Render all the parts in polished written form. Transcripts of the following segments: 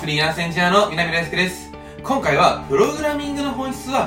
フリーランスエンジニアの南大輔です。今回はプログラミングの本質は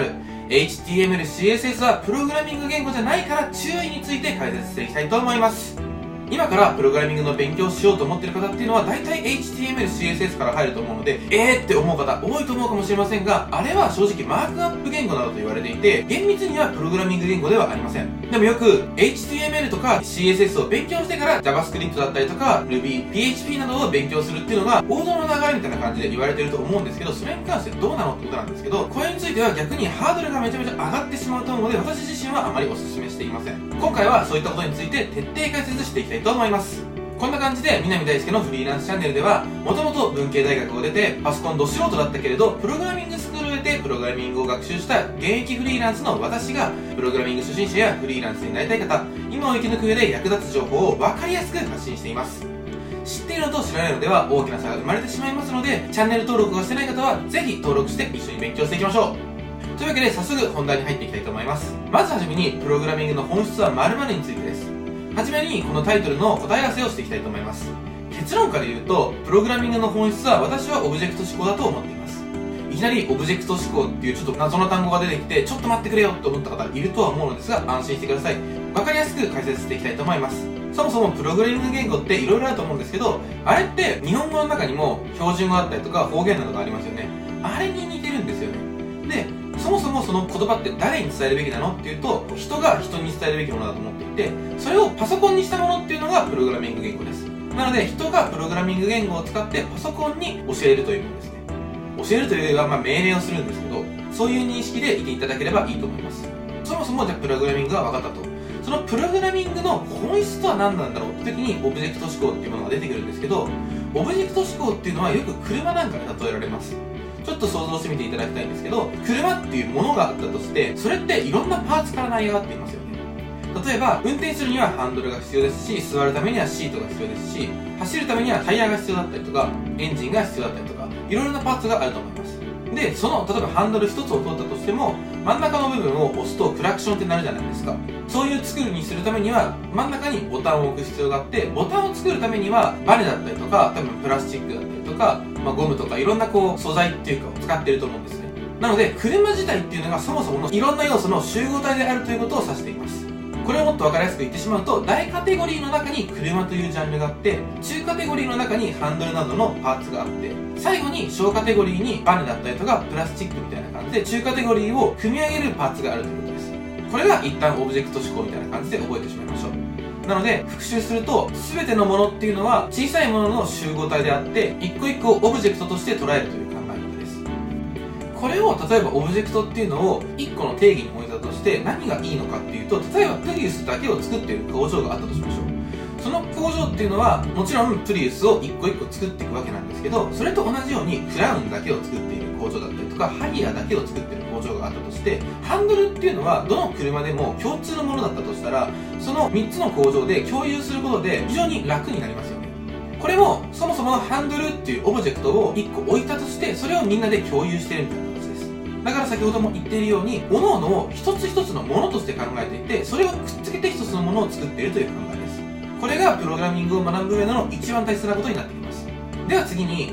〇〇、HTML、CSS はプログラミング言語じゃないから注意について解説していきたいと思います。今からプログラミングの勉強をしようと思っている方っていうのは大体 HTML、CSS から入ると思うのでって思う方多いと思うかもしれませんが、あれは正直マークアップ言語などと言われていて厳密にはプログラミング言語ではありません。でもよく HTML とか CSS を勉強してから JavaScript だったりとか Ruby、PHP などを勉強するっていうのが王道の流れみたいな感じで言われていると思うんですけど、それに関してどうなのってことなんですけど、これについては逆にハードルがめちゃめちゃ上がってしまうと思うので、私自身はあまりお勧めしていません。今回はそういったことについて徹底解説していきたいと思います。こんな感じで南大輔のフリーランスチャンネルでは、もともと文系大学を出てパソコンど素人だったけれどプログラミングスクールを出てプログラミングを学習した現役フリーランスの私が、プログラミング初心者やフリーランスになりたい方、今を生き抜く上で役立つ情報を分かりやすく発信しています。知っているのと知らないのでは大きな差が生まれてしまいますので、チャンネル登録がしてない方はぜひ登録して一緒に勉強していきましょう。というわけで早速本題に入っていきたいと思います。まずはじめにプログラミングの本質は〇〇についてです。はじめにこのタイトルの答え合わせをしていきたいと思います。結論から言うと、プログラミングの本質は私はオブジェクト思考だと思っています。いきなりオブジェクト思考っていうちょっと謎の単語が出てきて、ちょっと待ってくれよと思った方いるとは思うのですが、安心してください。わかりやすく解説していきたいと思います。そもそもプログラミング言語って色々あると思うんですけど、あれって日本語の中にも標準語だったりとか方言などがありますよね。あれに似てるんですよね。で、そもそもその言葉って誰に伝えるべきなのっていうと、人が人に伝えるべきものだと思っていて、それをパソコンにしたものっていうのがプログラミング言語です。なので人がプログラミング言語を使ってパソコンに教えるというものですね。教えるというよりは命令をするんですけど、そういう認識でいていただければいいと思います。そもそもじゃあプログラミングが分かったと、そのプログラミングの本質とは何なんだろうって時にオブジェクト思考っていうものが出てくるんですけど、オブジェクト思考っていうのはよく車なんかで例えられます。ちょっと想像してみていただきたいんですけど、車っていうものがあったとして、それっていろんなパーツから成り上がっていますよね。例えば運転するにはハンドルが必要ですし、座るためにはシートが必要ですし、走るためにはタイヤが必要だったりとかエンジンが必要だったりとか、いろいろなパーツがあると思います。で、例えばハンドル一つを取ったとしても、真ん中の部分を押すとクラクションってなるじゃないですか。そういう作りにするためには真ん中にボタンを置く必要があって、ボタンを作るためにはバネだったりとか、多分プラスチックだったりとか、ゴムとかいろんな素材っていうかを使っていると思うんですね。なので車自体っていうのがそもそものいろんな要素の集合体であるということを指しています。これをもっと分かりやすく言ってしまうと、大カテゴリーの中に車というジャンルがあって、中カテゴリーの中にハンドルなどのパーツがあって、最後に小カテゴリーにバネだったりとかプラスチックみたいな感じで中カテゴリーを組み上げるパーツがあるということです。これが一旦オブジェクト思考みたいな感じで覚えてしまいましょう。なので復習すると、全てのものっていうのは小さいものの集合体であって、一個一個オブジェクトとして捉えるという考え方です。これを例えばオブジェクトっていうのを1個の定義に置いたとして何がいいのかっていうと、例えばプリウスだけを作っている工場があったとしましょう。その工場っていうのはもちろんプリウスを1個1個作っていくわけなんですけど、それと同じようにクラウンだけを作っている工場だったりとか、ハリアーだけを作っている工場があったとして、ハンドルっていうのはどの車でも共通のものだったとしたら、その3つの工場で共有することで非常に楽になりますよね。これもそもそものハンドルっていうオブジェクトを1個置いたとして、それをみんなで共有しているみたいな形です。だから先ほども言っているように、各々を一つ一つのものとして考えていて、それをくっつけて一つのものを作っているという考えです。これがプログラミングを学ぶ上での一番大切なことになってきます。では次に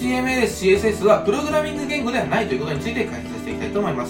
HTML、CSS はプログラミング言語ではないということについて解説していきたいと思います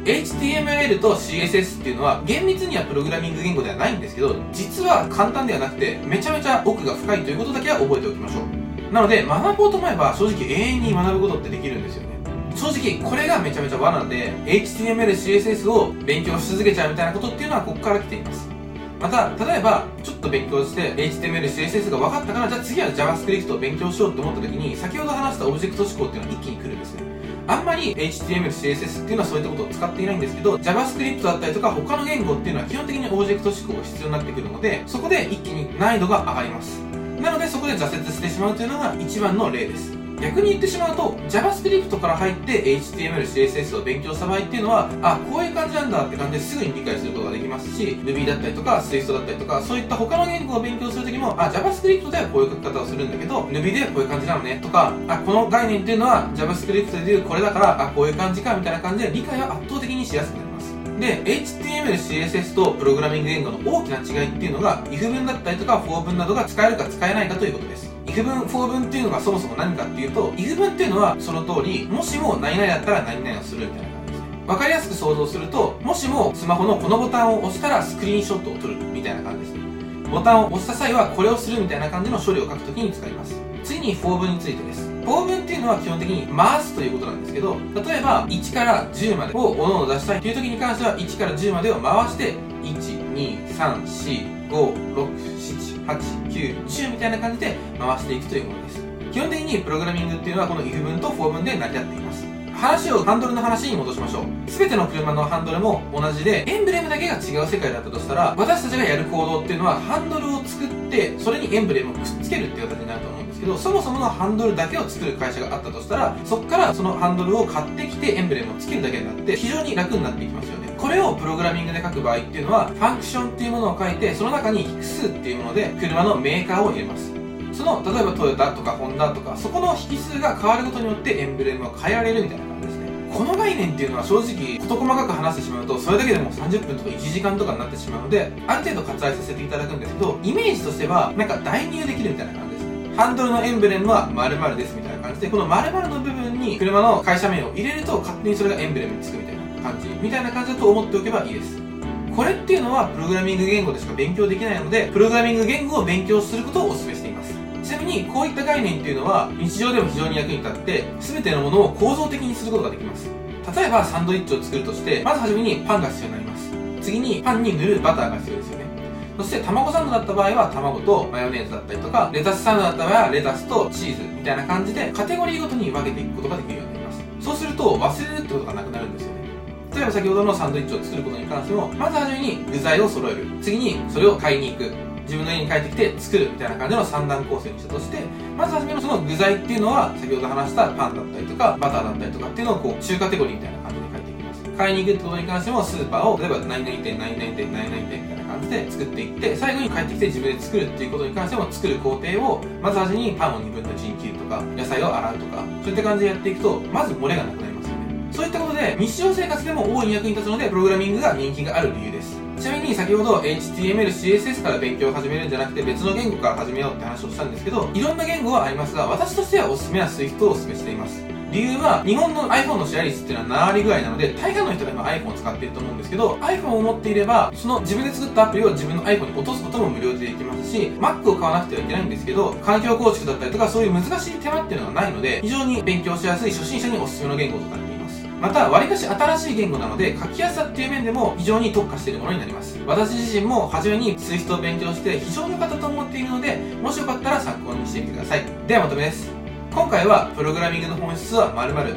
。HTML と CSS っていうのは厳密にはプログラミング言語ではないんですけど、実は簡単ではなくてめちゃめちゃ奥が深いということだけは覚えておきましょう。なので学ぼうと思えば正直永遠に学ぶことってできるんですよね。正直これがめちゃめちゃ罠で、 HTML、CSS を勉強し続けちゃうみたいなことっていうのはここから来ています。また例えばちょっと勉強して HTML、CSS が分かったから、じゃあ次は JavaScript を勉強しようと思った時に、先ほど話したオブジェクト思考っていうのは一気に来るんですね。あんまり HTML、CSS っていうのはそういったことを使っていないんですけど、 JavaScript だったりとか他の言語っていうのは基本的にオブジェクト思考が必要になってくるので、そこで一気に難易度が上がります。なのでそこで挫折してしまうというのが一番の例です。逆に言ってしまうと JavaScript から入って HTML、CSS を勉強した場合っていうのは、こういう感じなんだって感じですぐに理解することができますし、 Ruby だったりとか Swift だったりとか、そういった他の言語を勉強するときも、JavaScript ではこういう書き方をするんだけど Ruby ではこういう感じなのねとか、この概念っていうのは JavaScript でいうこれだから、こういう感じかみたいな感じで理解は圧倒的にしやすくなります。で、HTML、CSS とプログラミング言語の大きな違いっていうのが、if 文だったりとか for 文などが使えるか使えないかということです。if if 文、for 文っていうのがそもそも何かっていうと、if 文っていうのはその通り、もしも何々だったら何々をするみたいな感じですね。わかりやすく想像すると、もしもスマホのこのボタンを押したらスクリーンショットを撮るみたいな感じですね。ボタンを押した際はこれをするみたいな感じの処理を書くときに使います。次に for 文についてです。for 文っていうのは基本的に回すということなんですけど、例えば1から10までをおのおの出したいという時に関しては1から10までを回して1、2、3、4、5、6、7、8、9、10みたいな感じで回していくというものです。基本的にプログラミングっていうのはこの if 文と for 文で成り立っています。話をハンドルの話に戻しましょう。すべての車のハンドルも同じで、エンブレムだけが違う世界だったとしたら、私たちがやる行動っていうのは、ハンドルを作って、それにエンブレムをくっつけるっていう形になると思うんですけど、そもそものハンドルだけを作る会社があったとしたら、そこからそのハンドルを買ってきてエンブレムをつけるだけになって、非常に楽になっていきますよね。これをプログラミングで書く場合っていうのは、ファンクションっていうものを書いて、その中に引数っていうもので、車のメーカーを入れます。その、例えばトヨタとかホンダとか、そこの引数が変わることによってエンブレムを変えられるみたいな感じですね。この概念っていうのは正直事細かく話してしまうとそれだけでも30分とか1時間とかになってしまうので、ある程度割愛させていただくんですけど、イメージとしてはなんか代入できるみたいな感じですね。ハンドルのエンブレムは〇〇ですみたいな感じで、この〇〇の部分に車の会社名を入れると勝手にそれがエンブレムにつくみたいな感じだと思っておけばいいです。これっていうのはプログラミング言語でしか勉強できないので、プログラミング言語を勉強することをお勧めしています。ちなみにこういった概念っていうのは日常でも非常に役に立って全てのものを構造的にすることができます。例えばサンドイッチを作るとして、まずはじめにパンが必要になります。次にパンに塗るバターが必要ですよね。そして卵サンドだった場合は卵とマヨネーズだったりとか、レタスサンドだった場合はレタスとチーズみたいな感じでカテゴリーごとに分けていくことができるようになります。そうすると忘れるってことがなくなるんですよね。例えば先ほどのサンドイッチを作ることに関しても、まずはじめに具材を揃える。次にそれを買いに行く。自分の家に帰ってきて作るみたいな感じの3段構成にしたとして、まずはじめのその具材っていうのは先ほど話したパンだったりとかバターだったりとかっていうのをこう中カテゴリーみたいな感じで書いていきます。買いに行くってことに関してもスーパーを例えば何々店何々店何々店みたいな感じで作っていって、最後に帰ってきて自分で作るっていうことに関しても作る工程をまずはじめにパンを2分の1に切るとか野菜を洗うとか、そういった感じでやっていくとまず漏れがなくなりますよね。そういったことで日常生活でも大いに役に立つので、プログラミングが人気がある理由です。ちなみに先ほど HTML、CSS から勉強を始めるんじゃなくて別の言語から始めようって話をしたんですけど、いろんな言語はありますが、私としてはおすすめは Swift をおすすめしています。理由は日本の iPhone のシェア率っていうのは7割ぐらいなので、大半の人が今 iPhone を使っていると思うんですけど、 iPhone を持っていればその自分で作ったアプリを自分の iPhone に落とすことも無料でできますし、 Mac を買わなくてはいけないんですけど、環境構築だったりとかそういう難しい手間っていうのがないので、非常に勉強しやすい初心者におすすめの言語となっています。また、割かし新しい言語なので、書きやすさっていう面でも非常に特化しているものになります。私自身も初めに Swift を勉強して非常に良かったと思っているので、もしよかったら参考にしてみてください。ではまとめです。今回は、プログラミングの本質は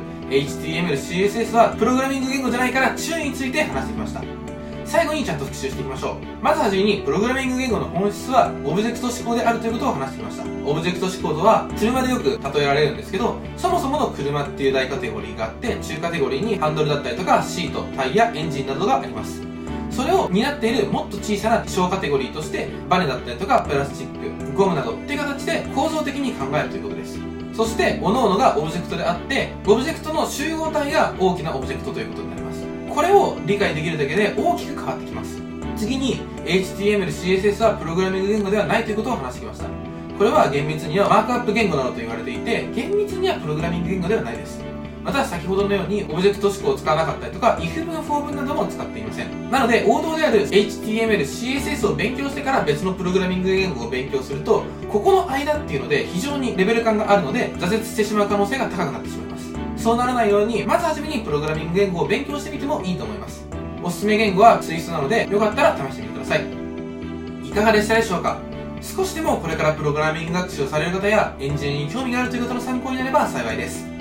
〇〇、HTML、CSS はプログラミング言語じゃないから注意について話してきました。最後にちゃんと復習していきましょう。まずはじめに、プログラミング言語の本質はオブジェクト思考であるということを話してきました。オブジェクト思考とは車でよく例えられるんですけど、そもそもの車っていう大カテゴリーがあって、中カテゴリーにハンドルだったりとかシート、タイヤ、エンジンなどがあります。それを担っているもっと小さな小カテゴリーとして、バネだったりとかプラスチック、ゴムなどっていう形で構造的に考えるということです。そして、各々がオブジェクトであって、オブジェクトの集合体が大きなオブジェクトということになります。これを理解できるだけで大きく変わってきます。次に HTML、CSS はプログラミング言語ではないということを話してきました。これは厳密にはマークアップ言語などと言われていて、厳密にはプログラミング言語ではないです。また先ほどのようにオブジェクト思考を使わなかったりとか if 文、for 文なども使っていません。なので王道である HTML、CSS を勉強してから別のプログラミング言語を勉強すると、ここの間っていうので非常にレベル感があるので挫折してしまう可能性が高くなってしまいます。そうならないように、まずはじめにプログラミング言語を勉強してみてもいいと思います。おすすめ言語は Swift なので、よかったら試してみてください。いかがでしたでしょうか？少しでもこれからプログラミング学習をされる方やエンジニアに興味があるという方の参考になれば幸いです。